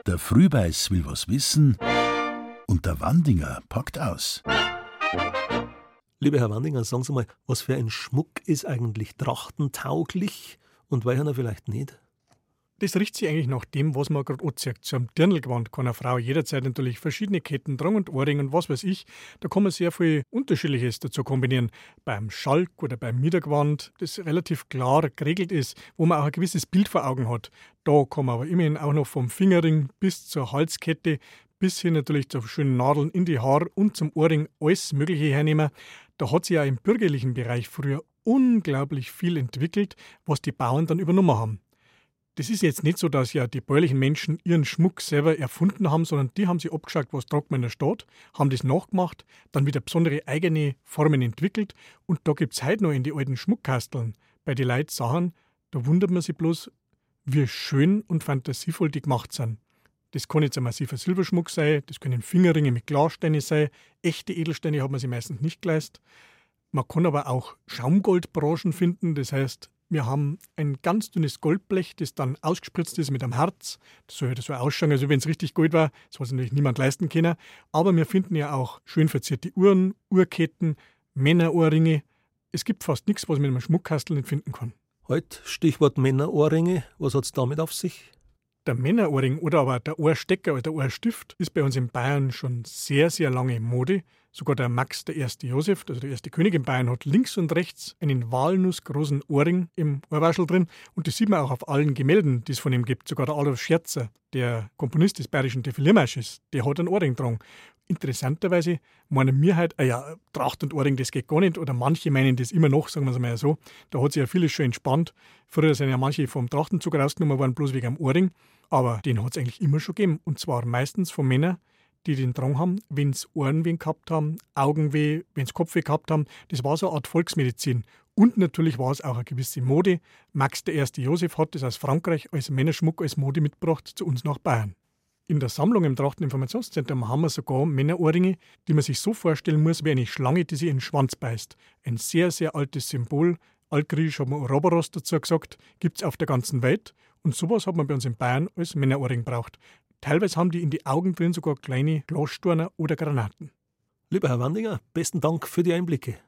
Der Frühbeiß will was wissen und der Wandinger packt aus. Lieber Herr Wandinger, sagen Sie mal, was für ein Schmuck ist eigentlich trachtentauglich und welcher vielleicht nicht? Das riecht sich eigentlich nach dem, was man gerade anzieht. Zu einem Dirndlgewand kann eine Frau jederzeit natürlich verschiedene Ketten tragen und Ohrringe und was weiß ich. Da kann man sehr viel Unterschiedliches dazu kombinieren. Beim Schalk oder beim Miedergewand, das relativ klar geregelt ist, wo man auch ein gewisses Bild vor Augen hat. Da kann man aber immerhin auch noch vom Fingerring bis zur Halskette bis hin natürlich zu schönen Nadeln in die Haare und zum Ohrring alles Mögliche hernehmen. Da hat sich ja im bürgerlichen Bereich früher unglaublich viel entwickelt, was die Bauern dann übernommen haben. Das ist jetzt nicht so, dass ja die bäuerlichen Menschen ihren Schmuck selber erfunden haben, sondern die haben sich abgeschaut, was tragt man in der Stadt, haben das nachgemacht, dann wieder besondere eigene Formen entwickelt und da gibt es heute noch in die alten Schmuckkasteln bei den Leuten Sachen, da wundert man sich bloß, wie schön und fantasievoll die gemacht sind. Das kann jetzt ein massiver Silberschmuck sein, das können Fingerringe mit Glassteinen sein, echte Edelsteine hat man sich meistens nicht geleistet. Man kann aber auch Schaumgoldbranchen finden, das heißt, wir haben ein ganz dünnes Goldblech, das dann ausgespritzt ist mit einem Herz. Das soll ja so ausschauen, als wenn es richtig Gold war. Das hat sich natürlich niemand leisten können. Aber wir finden ja auch schön verzierte Uhren, Uhrketten, Männerohrringe. Es gibt fast nichts, was man in einem Schmuckkastel nicht finden kann. Heute Stichwort Männerohrringe. Was hat es damit auf sich? Der Männerohrring oder aber der Ohrstecker oder der Ohrstift ist bei uns in Bayern schon sehr, sehr lange Mode. Sogar der Max I. Josef, also der erste König in Bayern, hat links und rechts einen walnussgroßen Ohrring im Ohrwaschel drin. Und das sieht man auch auf allen Gemälden, die es von ihm gibt. Sogar der Adolf Scherzer, der Komponist des bayerischen Defileurmarsches, der hat einen Ohrring getragen. Interessanterweise meinen wir halt, Tracht und Ohrring, das geht gar nicht. Oder manche meinen das immer noch, sagen wir es mal so. Da hat sich ja vieles schon entspannt. Früher sind ja manche vom Trachtenzug rausgenommen worden, bloß wegen am Ohrring. Aber den hat es eigentlich immer schon gegeben. Und zwar meistens von Männern, die den Drang haben, wenn sie Ohrenweh gehabt haben, Augenweh, wenn sie Kopfweh gehabt haben. Das war so eine Art Volksmedizin. Und natürlich war es auch eine gewisse Mode. Max I. Josef hat das aus Frankreich als Männerschmuck, als Mode mitgebracht zu uns nach Bayern. In der Sammlung im Trachteninformationszentrum haben wir sogar Männerohrringe, die man sich so vorstellen muss wie eine Schlange, die sich in den Schwanz beißt. Ein sehr, sehr altes Symbol. Altgriechisch hat man Ouroboros dazu gesagt, gibt es auf der ganzen Welt. Und sowas hat man bei uns in Bayern als Männerohrring gebraucht. Teilweise haben die in die Augen drin sogar kleine Glasstorner oder Granaten. Lieber Herr Wandinger, besten Dank für die Einblicke.